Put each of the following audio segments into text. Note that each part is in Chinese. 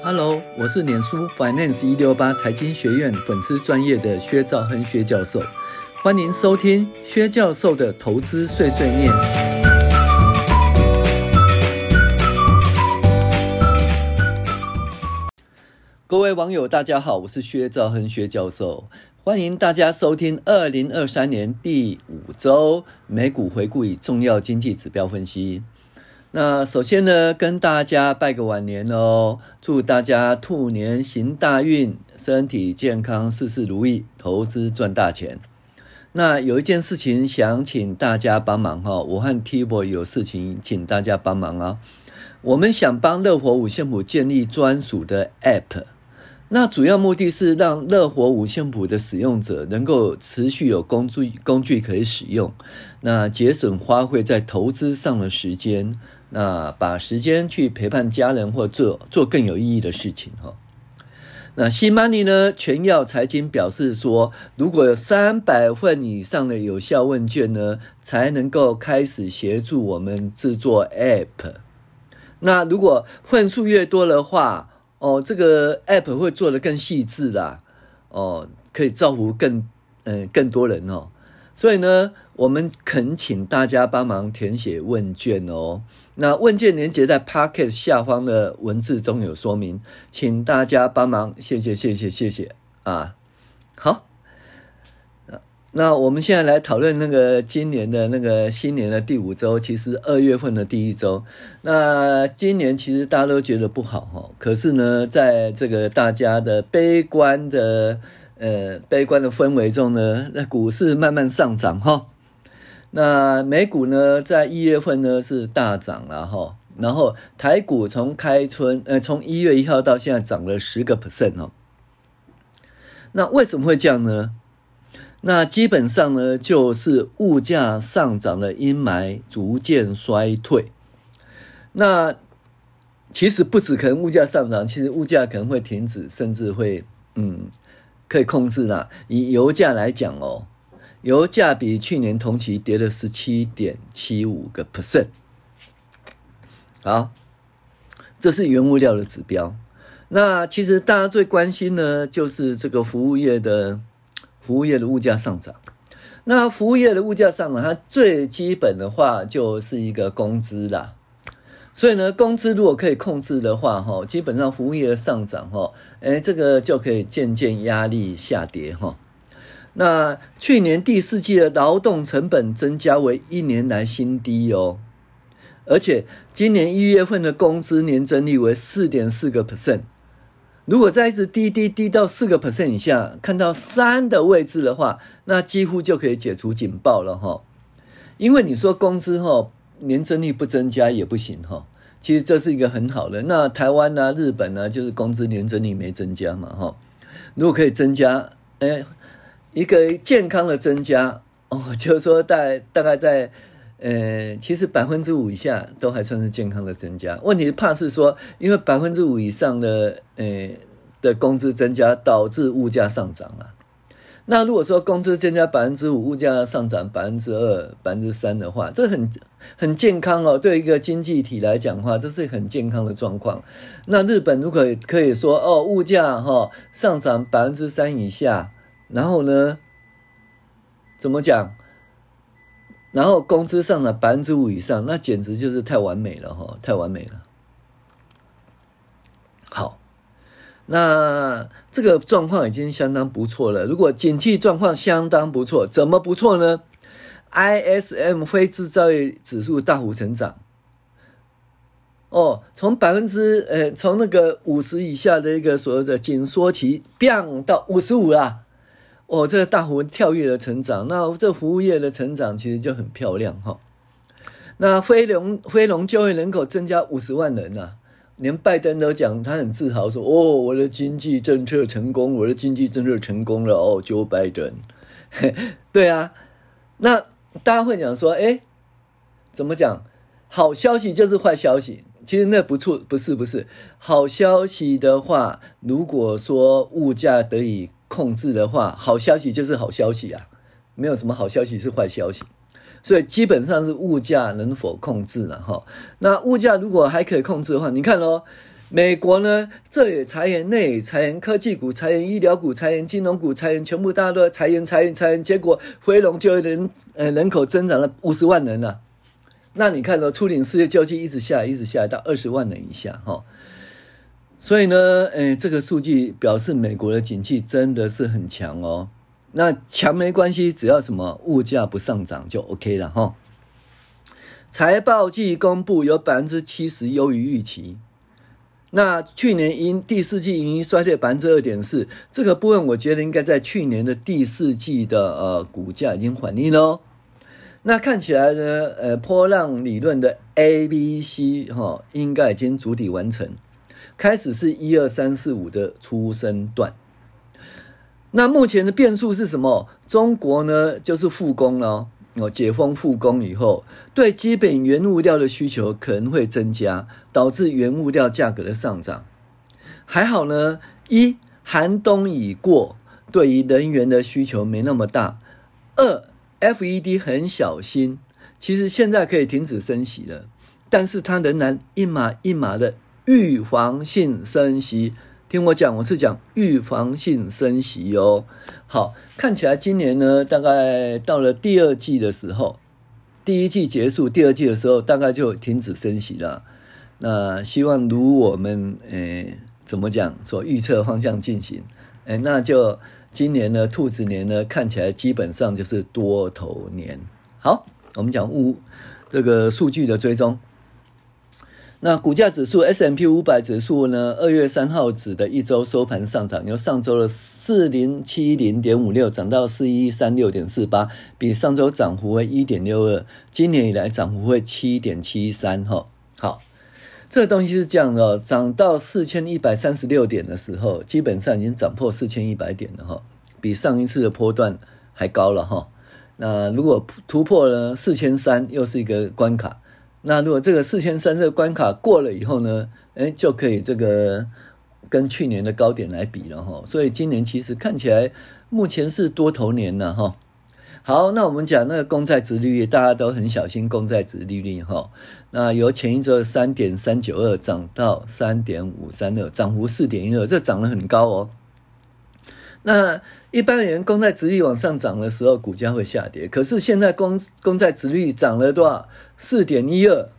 Hello， 我是脸书 Finance 168财经学院粉丝专业的薛兆亨薛教授，欢迎收听薛教授的投资碎碎念。各位网友大家好，我是薛兆亨薛教授，欢迎大家收听2023年第5周美股回顾与重要经济指标分析。那首先呢，跟大家拜个晚年哦，祝大家兔年行大运，身体健康，事事如意，投资赚大钱。那有一件事情想请大家帮忙哈，我和 Tibo 有事情请大家帮忙啊。我们想帮乐活五线谱建立专属的 App， 那主要目的是让乐活五线谱的使用者能够持续有工具可以使用，那节省花费在投资上的时间，那把时间去陪伴家人或做更有意义的事情哈。那新 Money 呢，全耀财经表示说，如果有300份以上的有效问卷呢，才能够开始协助我们制作 App。那如果份数越多的话，这个 App 会做得更细致啦，可以造福更多人哦。所以呢，我们恳请大家帮忙填写问卷哦。那问卷连结在 Podcast 下方的文字中有说明，请大家帮忙，谢谢啊。好，那我们现在来讨论那个今年的那个新年的第5周，其实2月份的第1周。那今年其实大家都觉得不好齁，可是呢，在这个大家的悲观的氛围中呢，那股市慢慢上涨齁。那美股呢，在1月份呢是大涨了齁，然后台股从从1月1号到现在涨了10%齁。那为什么会这样呢？那基本上呢，就是物价上涨的阴霾逐渐衰退。那其实不止可能物价上涨，其实物价可能会停止，甚至会可以控制啦。以油价来讲油价比去年同期跌了 17.75%。好，这是原物料的指标。那其实大家最关心呢，就是这个服务业的物价上涨。那服务业的物价上涨，它最基本的话就是一个工资啦。所以呢，工资如果可以控制的话，基本上服务业的上涨，这个就可以渐渐压力下跌。那去年第4季的劳动成本增加为1年来新低哦，而且今年1月份的工资年增率为 4.4%。如果再一直低到 4% 以下，看到3的位置的话，那几乎就可以解除警报了因为你说工资年增率不增加也不行其实这是一个很好的。那台湾啊、日本啊，就是工资年增率没增加嘛如果可以增加，一个健康的增加就是说大概在其实 5% 以下都还算是健康的增加。问题怕是说，因为 5% 以上的工资增加导致物价上涨啊。那如果说工资增加 5%， 物价上涨 2%、3% 的话，这很健康对一个经济体来讲的话，这是很健康的状况。那日本如果可以说物价上涨 3% 以下，然后呢怎么讲？然后工资上涨 5% 以上，那简直就是太完美了太完美了。好，那这个状况已经相当不错了。如果景气状况相当不错，怎么不错呢？ ISM 非制造业指数大幅成长从从那个50以下的一个所谓的紧缩期 biang 到55啦。这个大幅跳跃的成长，那这服务业的成长其实就很漂亮那非农就业人口增加50万人啊，连拜登都讲，他很自豪说我的经济政策成功，我的经济政策成功了Joe Biden 对啊，那大家会讲说怎么讲，好消息就是坏消息。其实那不是好消息的话，如果说物价得以控制的话，好消息就是好消息啊，没有什么好消息是坏消息。所以基本上是物价能否控制了那物价如果还可以控制的话，你看美国呢，这也裁员，那也裁员，科技股裁员，医疗股裁员，金融股裁员，全部大家都裁员，结果非农就业人口增长了50万人了。那你看初领失业救济一直下来到20万人以下哈。所以呢，这个数据表示美国的景气真的是很强哦。那强没关系，只要什么物价不上涨就 OK 了哈。财报季公布有 70% 优于预期。那去年第四季盈余衰退 2.4%， 这个部分我觉得应该在去年的第四季的股价已经反映了哦。那看起来呢，波浪理论的 ABC 应该已经主体完成，开始是1、2、3、4、5的初升段。那目前的变数是什么？中国呢就是复工了解封复工以后，对基本原物料的需求可能会增加，导致原物料价格的上涨。还好呢，寒冬已过，对于能源的需求没那么大。FED 很小心，其实现在可以停止升息了，但是它仍然一码一码的预防性升息。听我讲，我是讲预防性升息哦。好，看起来今年呢，大概到了第二季的时候，第一季结束，第二季的时候大概就停止升息了。那希望如我们怎么讲所预测方向进行，那就今年呢，兔子年呢，看起来基本上就是多头年。好，我们讲这个数据的追踪。那股价指数 S&P 500指数呢，2月3号指的一周收盘上涨，由上周的 4070.56 涨到 4136.48， 比上周涨幅为 1.62， 今年以来涨幅为 7.73 好，这个东西是这样的涨到4136点的时候，基本上已经涨破4100点了比上一次的波段还高了那如果突破了4300，又是一个关卡。那如果这个4300这个关卡过了以后呢，就可以这个跟去年的高点来比了所以今年其实看起来目前是多头年了好，那我们讲那个公债殖利率，大家都很小心公债殖利率那由前一周的 3.392 涨到 3.532， 涨幅 4.12， 这涨得很高哦。那一般人公债殖利率往上涨的时候，股价会下跌。可是现在公债殖利率涨了多少？ 4.12，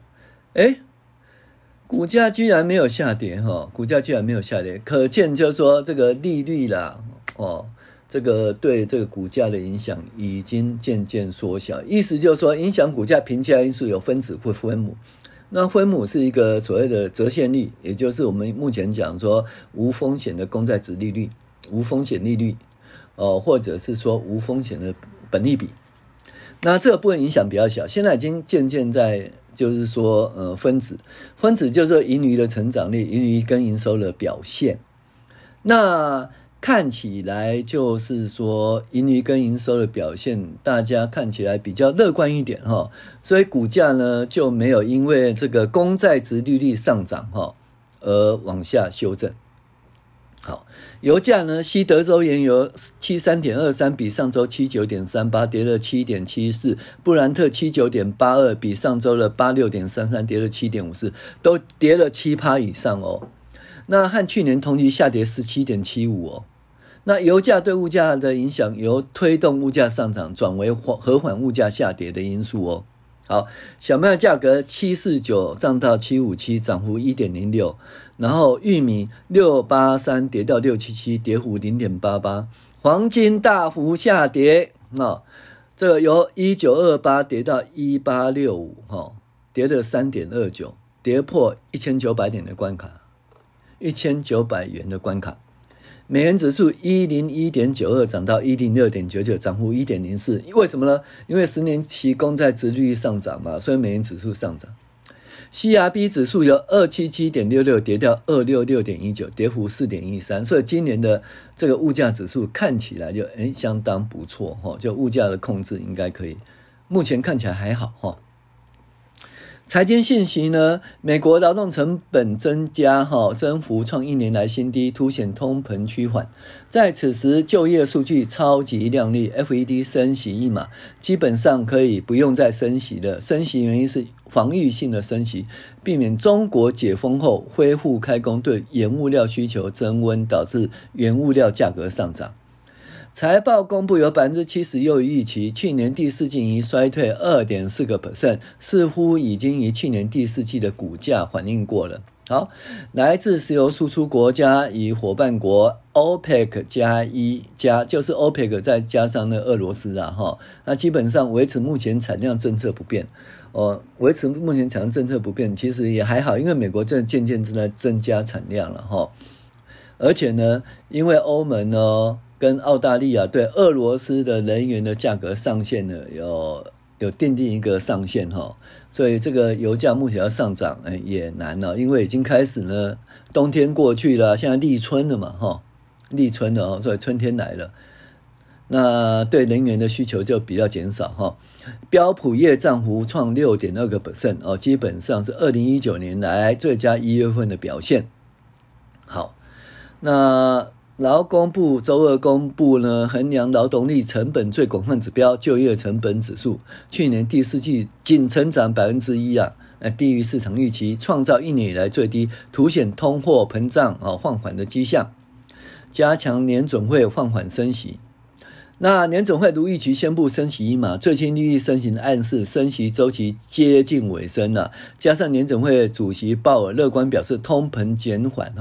股价居然没有下跌股价居然没有下跌，可见就是说这个利率啦这个对这个股价的影响已经渐渐缩小。意思就是说，影响股价评价因素有分子或分母。那分母是一个所谓的折现率，也就是我们目前讲说无风险的公债殖利率。无风险利率或者是说无风险的本益比，那这个部分影响比较小。现在已经渐渐在就是说分子就是说盈余的成长率，盈余跟营收的表现。那看起来就是说盈余跟营收的表现，大家看起来比较乐观一点所以股价呢就没有因为这个公债殖利率上涨而往下修正。好，油价呢，西德州原油 73.23 比上周 79.38 跌了 7.74， 布兰特 79.82 比上周的 86.33 跌了 7.54， 都跌了 7% 以上那和去年同期下跌 17.75 那油价对物价的影响由推动物价上涨转为和缓物价下跌的因素好，小麦价格749涨到757，涨幅 1.06， 然后玉米683跌到677，跌幅 0.88， 黄金大幅下跌这个由1928跌到1865跌了 3.29， 跌破1900点的关卡，1900元的关卡。美元指数 101.92 涨到 106.99， 涨幅 1.04， 为什么呢？因为10年期公债殖利率上涨嘛，所以美元指数上涨。CRB 指数由 277.66 跌到 266.19， 跌幅 4.13， 所以今年的这个物价指数看起来就相当不错就物价的控制应该可以，目前看起来还好财经信息呢，美国劳动成本增加增幅创1年来新低，凸显通膨趋缓。在此时就业数据超级亮丽， FED 升息一码，基本上可以不用再升息了。升息原因是防御性的升息，避免中国解封后恢复开工对原物料需求增温，导致原物料价格上涨。财报公布有 70% 优于预期，去年第四季已衰退 2.4%， 似乎已经于去年第四季的股价反映过了。好，来自石油输出国家与伙伴国 OPEC 加1加，就是 OPEC 再加上那俄罗斯那基本上维持目前产量政策不变。维持目前产量政策不变其实也还好，因为美国正渐渐正在增加产量了而且呢，因为欧盟呢跟澳大利亚对俄罗斯的能源的价格上限呢有奠定一个上限所以这个油价目前要上涨也难了，因为已经开始呢冬天过去了，现在立春了嘛立春了所以春天来了，那对能源的需求就比较减少标普业涨幅创 6.2%基本上是2019年来最佳1月份的表现。好，那劳工部周二公布呢，衡量劳动力成本最广泛指标就业成本指数，去年第四季仅成长 1% 低于市场预期，创造1年以来最低，凸显通货膨胀放缓的迹象，加强联准会放缓升息。那联准会如预期宣布升息1码，最新利率升息暗示升息周期接近尾声了，加上联准会主席鲍尔乐观表示通膨减缓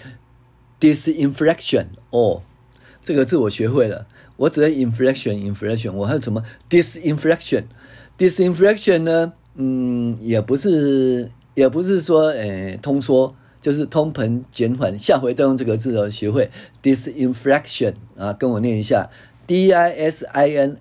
disinflation 这个字我学会了，我只会 inflation 我还有什么 disinflation 呢也不是说通说，就是通膨减缓，下回都用这个字学会 disinflation 跟我念一下 disinflation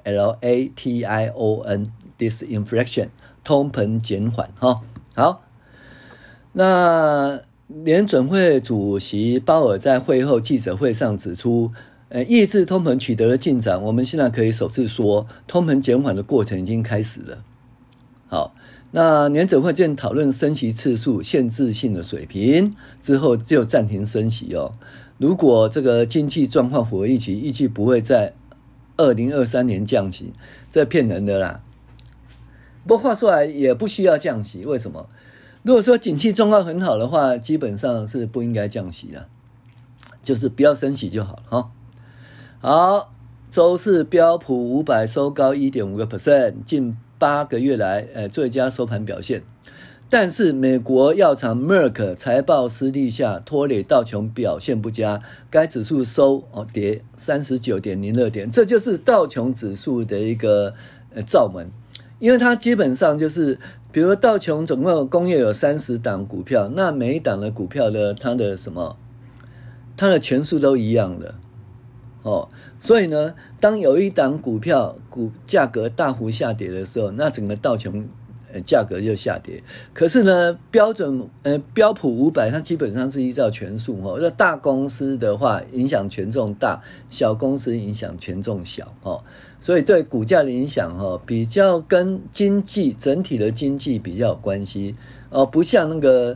disinflation 通膨减缓好，那联准会主席鲍尔在会后记者会上指出，抑制通膨取得了进展，我们现在可以首次说通膨减缓的过程已经开始了。好，那联准会正讨论升息次数限制性的水平之后就暂停升息如果这个经济状况符合预期，预计不会在2023年降息，这骗人的啦。不过话说来也不需要降息，为什么？如果说景气状况很好的话，基本上是不应该降息的，就是不要升息就好了好，周四标普500收高 1.5%， 近8个月来最佳收盘表现。但是美国药厂 Merck 财报失利下拖累道琼表现不佳，该指数收跌 39.02 点，这就是道琼指数的一个罩门，因为它基本上就是比如道琼总共工业有30档股票，那每一档的股票的它的权数都一样的所以呢，当有一档股票价格大幅下跌的时候，那整个道琼价格就下跌。可是呢，标普500它基本上是依照权数那大公司的话影响权重大，小公司影响权重小所以对股价的影响比较跟经济整体的经济比较有关系不像那个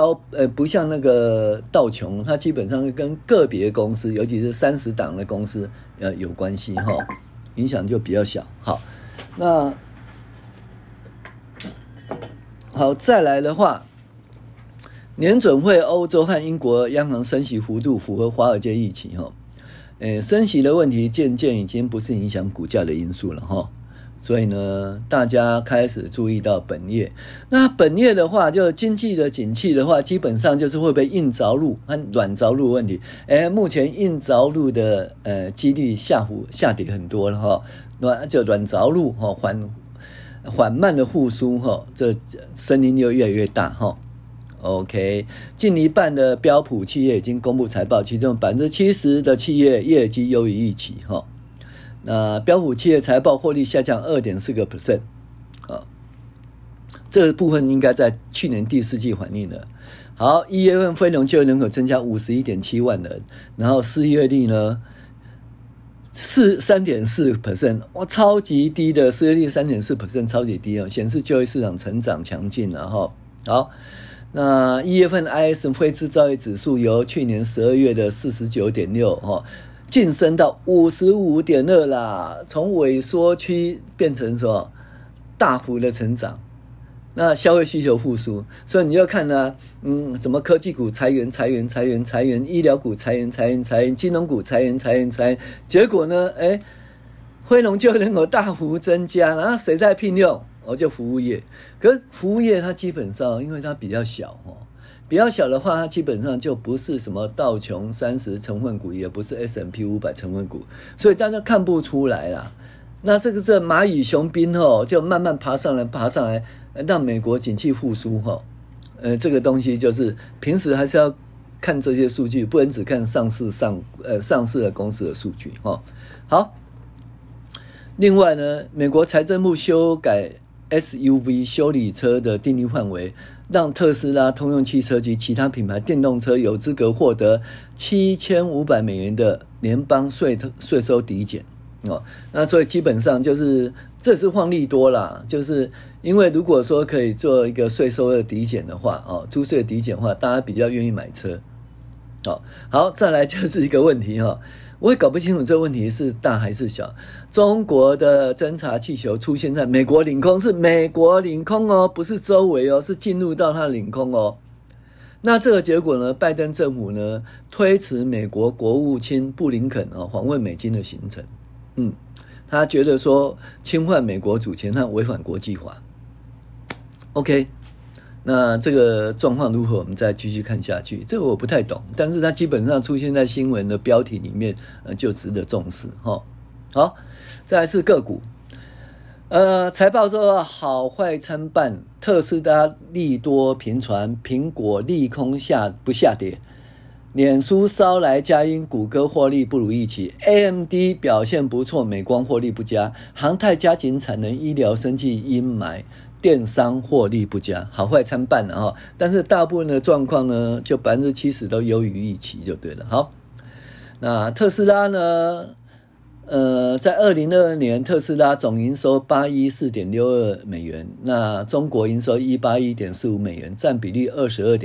道琼，它基本上跟个别公司，尤其是30档的公司有关系影响就比较小。好，再来的话，联准会欧洲和英国央行升息幅度符合华尔街预期升息的问题渐渐已经不是影响股价的因素了所以呢，大家开始注意到本业。那本业的话，就经济的景气的话，基本上就是会被硬着陆和软着陆的问题。目前硬着陆的几率下跌很多了就软着陆缓慢的复苏这声音就越来越大OK， 近一半的标普企业已经公布财报，其中 70% 的企业业绩优于预期那标普企业财报获利下降 2.4% 这个部分应该在去年第四季反映了。好，1月份非农就业人口增加 51.7 万人，然后失业率呢 3.4%， 哇，超级低的失业率3.4%，超级低哦，显示就业市场成长强劲了哈。好，那1月份 ISM 非制造业指数由去年12月的 49.6 哈，晋升到 55.2 啦，从萎缩区变成什么大幅的成长。那消费需求复苏，所以你要看呢，什么科技股裁员，医疗股裁员，金融股裁员，结果呢，非农就业人口大幅增加，然后谁在聘用？就服务业。可是服务业它基本上，因为它比较小的话，它基本上就不是什么道琼30成分股，也不是 S&P 500成分股，所以大家看不出来啦。那这蚂蚁雄兵就慢慢爬上来，让美国景气复苏这个东西就是平时还是要看这些数据，不能只看上市的公司的数据好，另外呢，美国财政部修改 SUV 修理车的定义范围，让特斯拉、通用汽车及其他品牌电动车有资格获得$7500的联邦税收抵减那所以基本上就是这是放利多啦，就是因为如果说可以做一个税收的抵减的话租税抵减的话，大家比较愿意买车好，再来就是一个问题我也搞不清楚这个问题是大还是小。中国的侦察气球出现在美国领空，是美国领空不是周围是进入到它的领空那这个结果呢，拜登政府呢推迟美国国务卿布林肯访问美金的行程他觉得说侵犯美国主权和违反国际法。OK， 那这个状况如何，我们再继续看下去。这个我不太懂，但是它基本上出现在新闻的标题里面，就值得重视好，再来是个股。财报说好坏参半，特斯拉利多频传，苹果利空不下跌。脸书捎来佳音，谷歌获利不如预期 ，AMD 表现不错，美光获利不佳，航太加紧产能，医疗生技阴霾，电商获利不佳，好坏参半但是大部分的状况呢，就70%都优于预期就对了。好，那特斯拉呢？在2022年，特斯拉总营收$814.62，那中国营收$181.45，占比率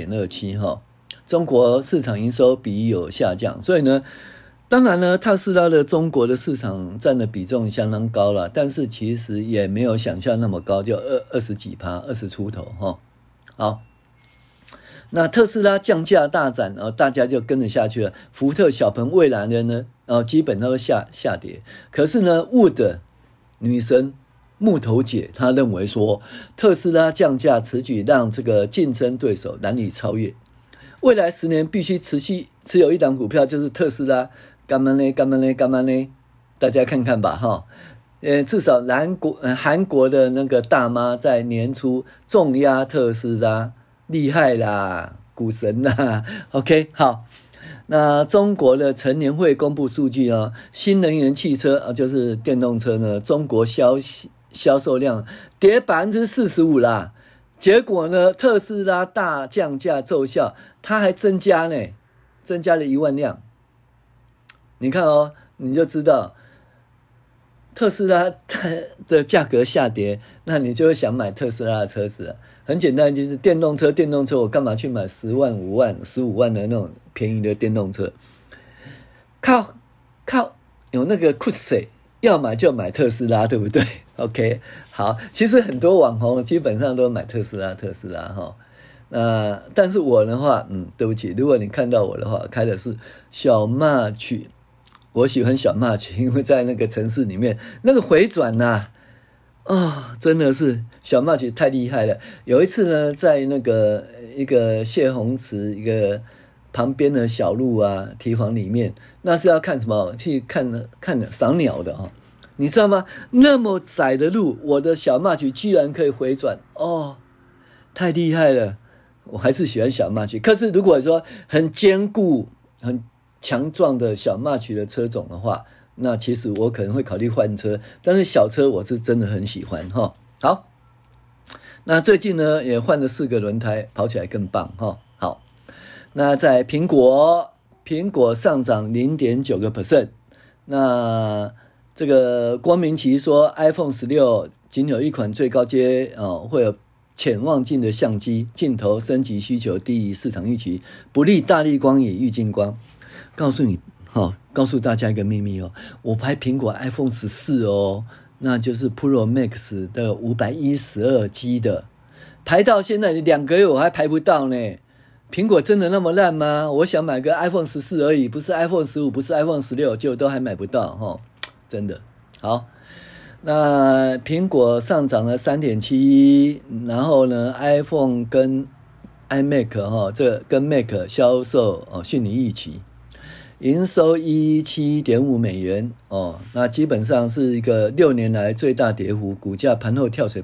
22.27中国市场营收比例有下降，所以呢，当然呢，特斯拉的中国的市场占的比重相当高了，但是其实也没有想象那么高，就20几%，20出头好，那特斯拉降价大涨大家就跟着下去了。福特、小鹏、蔚来的呢基本都下跌。可是呢 ，Wood 女神木头姐她认为说，特斯拉降价此举让这个竞争对手难以超越。未来10年必须持续持有一档股票，就是特斯拉。干嘛呢？大家看看吧至少韩国的那个大妈在年初重压特斯拉，厉害啦，股神啦。OK， 好。那中国的成年会公布数据新能源汽车就是电动车呢，中国销售量跌 45% 啦。结果呢，特斯拉大降价奏效，它还增加了1万辆。你看你就知道特斯拉的价格下跌，那你就会想买特斯拉的车子很简单，就是电动车我干嘛去买10万、5万、15万的那种便宜的电动车？靠有那个酷谁要买就买特斯拉，对不对？ OK， 好，其实很多网红基本上都买特斯拉那但是我的话对不起，如果你看到我的话，开的是小March，我喜欢小March，因为在那个城市里面那个回转真的是小March太厉害了。有一次呢，在那个一个泄洪池一个旁边的小路堤防里面，那是要看什么？去看赏鸟的你知道吗？那么窄的路，我的小March居然可以回转太厉害了。我还是喜欢小March，可是如果说很坚固很强壮的小March的车种的话，那其实我可能会考虑换车，但是小车我是真的很喜欢好，那最近呢也换了4个轮胎，跑起来更棒好，那在苹果上涨 0.9%， 那这个郭明錤说 iPhone 16仅有一款最高阶会有潜望镜的相机，镜头升级需求低于市场预期，不利大立光与玉晶光。告诉大家一个秘密哦，我拍苹果 iPhone 14哦，那就是 Pro Max 的512G 的，排到现在2个月我还排不到呢。苹果真的那么烂吗？我想买个 iPhone 14而已，不是 iPhone 15，不是 iPhone 16，就都还买不到真的。好，那苹果上涨了 3.71%， 然后呢 iPhone 跟 iMac 这跟 Mac 销售逊于预期，营收17.5美元那基本上是一个6年来最大跌幅，股价盘后跳水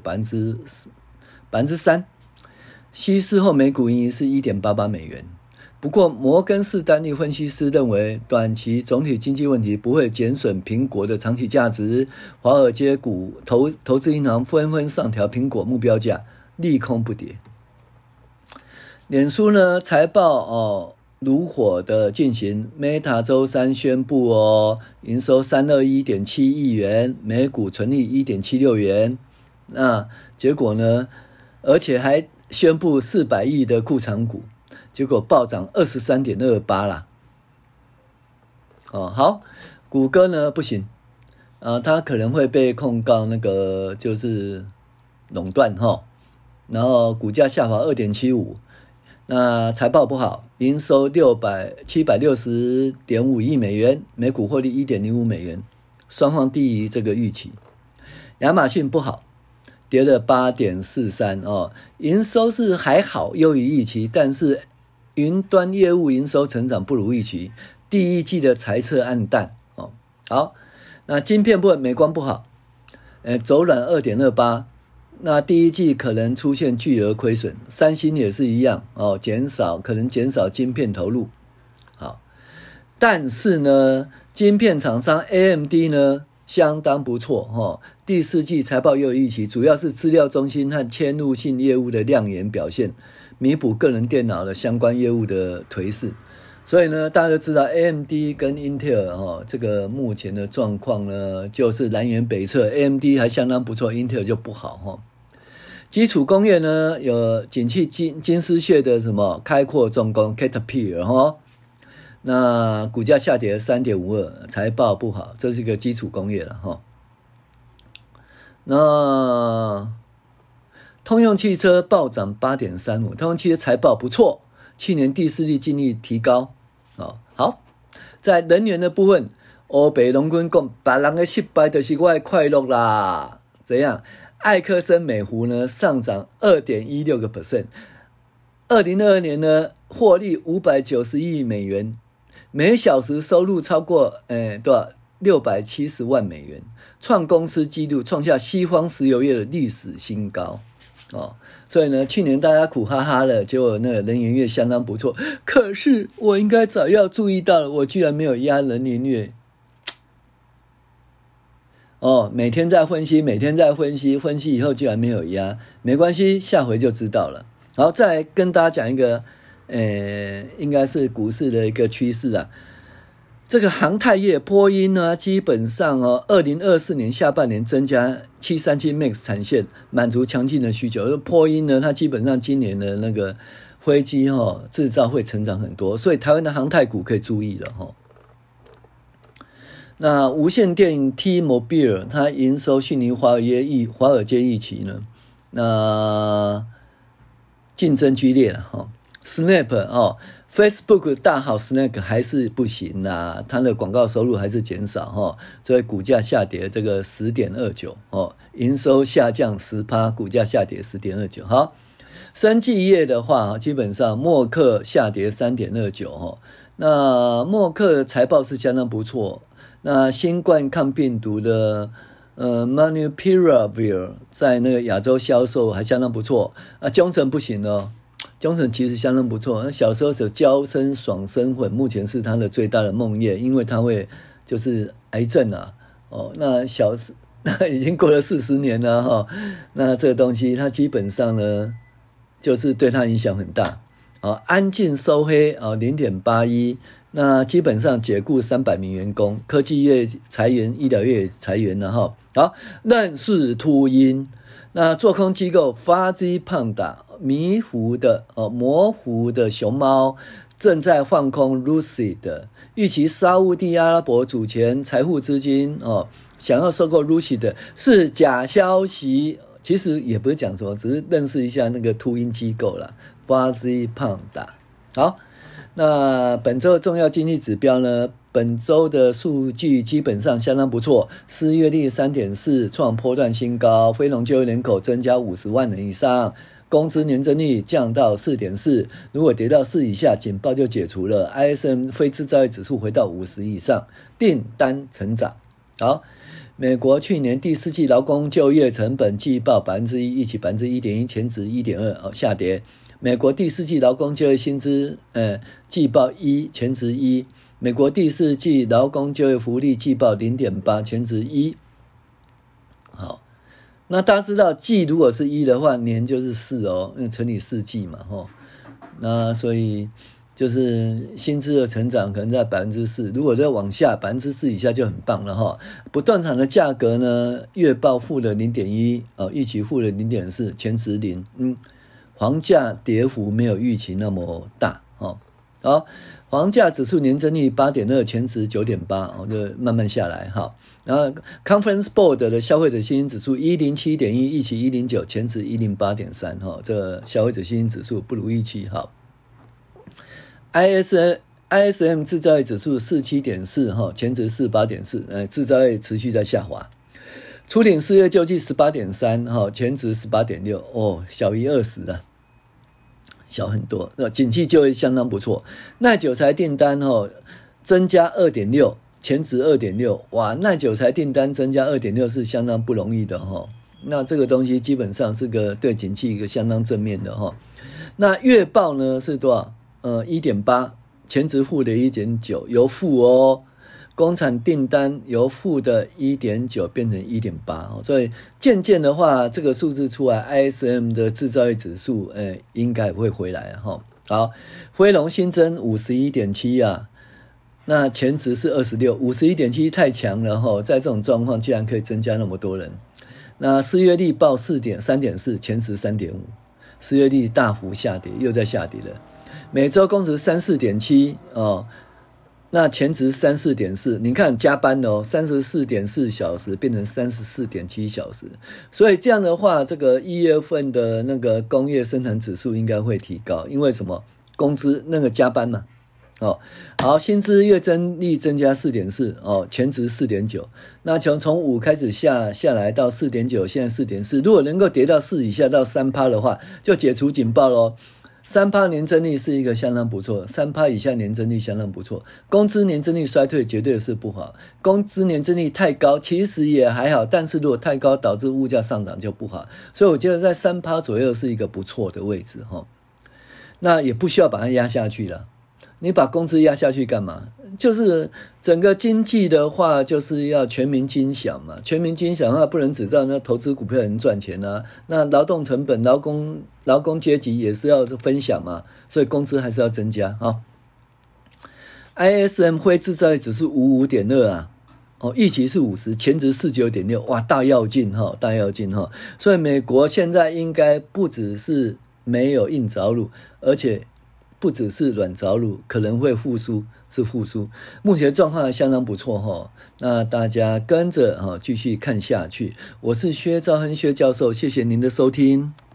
3%。稀释后每股盈余是 1.88 美元。不过摩根士丹利分析师认为，短期总体经济问题不会减损苹果的长期价值。华尔街投资银行纷纷上调苹果目标价，利空不跌。脸书呢财报如火的进行 ，Meta 周三宣布营收321.7亿元，每股纯利 1.76 元。那结果呢，而且还宣布400亿的库藏股，结果暴涨 23.28% 啦。好，谷歌呢不行它可能会被控告那个就是垄断然后股价下滑 2.75%。那财报不好，营收760.5亿美元，每股获利 1.05 美元，双方低于这个预期。亚马逊不好，跌了 8.43%营收是还好，优于预期，但是云端业务营收成长不如预期，第一季的财测暗淡好，那晶片部分美光不好，走软 2.28%， 那第一季可能出现巨额亏损，三星也是一样可能减少晶片投入。好，但是呢，晶片厂商 AMD 呢相当不错第四季财报又预期，主要是资料中心和嵌入性业务的亮眼表现，弥补个人电脑的相关业务的颓势。所以呢，大家都知道 AMD 跟 Intel 这个目前的状况呢，就是南辕北辙， AMD 还相当不错， Intel 就不好基础工业呢有景气金丝雀的什么开阔重工 Caterpillar 那股价下跌 3.52%， 财报不好，这是一个基础工业了那通用汽车暴涨 8.35%， 通用汽车财报不错，去年第四季净利提高好，在能源的部分，欧北龙君讲别人的失败就是我的快乐啦，怎样？艾克森美孚呢上涨 2.16%， 2022年呢获利590亿美元，每小时收入超过670万美元，创公司纪录，创下西方石油业的历史新高所以呢，去年大家苦哈哈了，结果那个能源业相当不错。可是我应该早要注意到了，我居然没有压能源业每天在分析，分析以后居然没有压，没关系，下回就知道了。然后再来跟大家讲一个应该是股市的一个趋势啊。这个航太业波音呢，基本上2024年下半年增加737 MAX 产线，满足强劲的需求。波音呢，它基本上今年的那个飞机制造会成长很多，所以台湾的航太股可以注意了那无线电 T-Mobile 它营收逊于华尔街预期呢，那竞争剧烈了Snap Facebook 大好 Snap 还是不行啦，它的广告收入还是减少所以股价下跌这个 10.29 营收下降 10%， 股价下跌 10.29 好，生技业的话基本上默克下跌 3.29 那默克财报是相当不错，那新冠抗病毒的Molnupiravir 在那个亚洲销售还相当不错Johnson 不行Johnson 其实相当不错，那小时候有胶生爽身粉，目前是他的最大的梦魇，因为他会就是癌症那已经过了40年了那这个东西它基本上呢就是对他影响很大安进收黑0.81， 那基本上解雇300名员工，科技业裁员，医疗业裁员了哈。好，认识秃鹰，那做空机构 Fuzzy Panda 模糊的熊猫正在放空 Lucid 的，预期沙烏地阿拉伯主权财富资金想要收购 Lucid 的是假消息。其实也不是讲什么，只是认识一下那个秃鹰机构啦 Fuzzy Panda。好，那本周的重要经济指标呢？本周的数据基本上相当不错，失业率 3.4 创波段新高，非农就业人口增加50万人以上，工资年增率降到 4.4， 如果跌到4以下，警报就解除了。 ISM 非制造业指数回到50以上，订单成长。好，美国去年第四季劳工就业成本季报 1%， 预期 1.1%， 前值 1.2 下跌。美国第四季劳工就业薪资季报1，前值1。美国第四季劳工就业福利季报 0.8， 前值1。好，那大家知道季如果是1的话，年就是4因为乘以4季嘛那所以就是薪资的成长可能在 4%， 如果再往下 4% 以下就很棒了不动产的价格呢，月报负的 0.1， 预期负的 0.4， 前值0。房价跌幅没有预期那么大好，房价指数年增率 8.2， 前值 9.8， 就慢慢下来然后 Conference Board 的消费者信心指数 107.1， 预期 109， 前值 108.3 这个消费者信心指数不如预期ISM 制造业指数 47.4， 前值 48.4， 制造业持续在下滑。初领失业救济 18.3， 前值 18.6， 小于20了，小很多。景气就业相当不错。耐久材订单增加 2.6， 前值 2.6， 哇，耐久材订单增加 2.6 是相当不容易的那这个东西基本上是个对景气一个相当正面的那月报呢是多少1.8， 前值负的 1.9， 由负工厂订单由负的 1.9 变成 1.8， 所以渐渐的话这个数字出来 ISM 的制造业指数应该会回来好，非农新增 51.7 那前值是 26， 51.7 太强了在这种状况竟然可以增加那么多人。那失业率报 3.4， 前值 3.5， 失业率大幅下跌，又在下跌了。每周工时 34.7 那前值 34.4， 你看加班34.4小时变成 34.7 小时，所以这样的话这个1月份的那个工业生产指数应该会提高，因为什么？工资那个加班嘛好，薪资月增率增加 4.4 前值 4.9， 那从5开始下来到 4.9， 现在 4.4， 如果能够跌到4以下到 3% 的话，就解除警报咯。3% 年增率是一个相当不错， 3% 以下年增率相当不错。工资年增率衰退绝对是不好，工资年增率太高其实也还好，但是如果太高导致物价上涨就不好，所以我觉得在 3% 左右是一个不错的位置那也不需要把它压下去了，你把工资压下去干嘛？就是整个经济的话就是要全民均享嘛，全民均享的话不能只让那投资股票的人赚钱那劳动成本劳工阶级也是要分享嘛，所以工资还是要增加ISM 非制造业指数 55.2 预期是50，前值 49.6， 哇，大跃进所以美国现在应该不只是没有硬着陆，而且不只是软着陆，可能会复苏，目前状况相当不错那大家跟着继续看下去。我是薛兆亨薛教授，谢谢您的收听。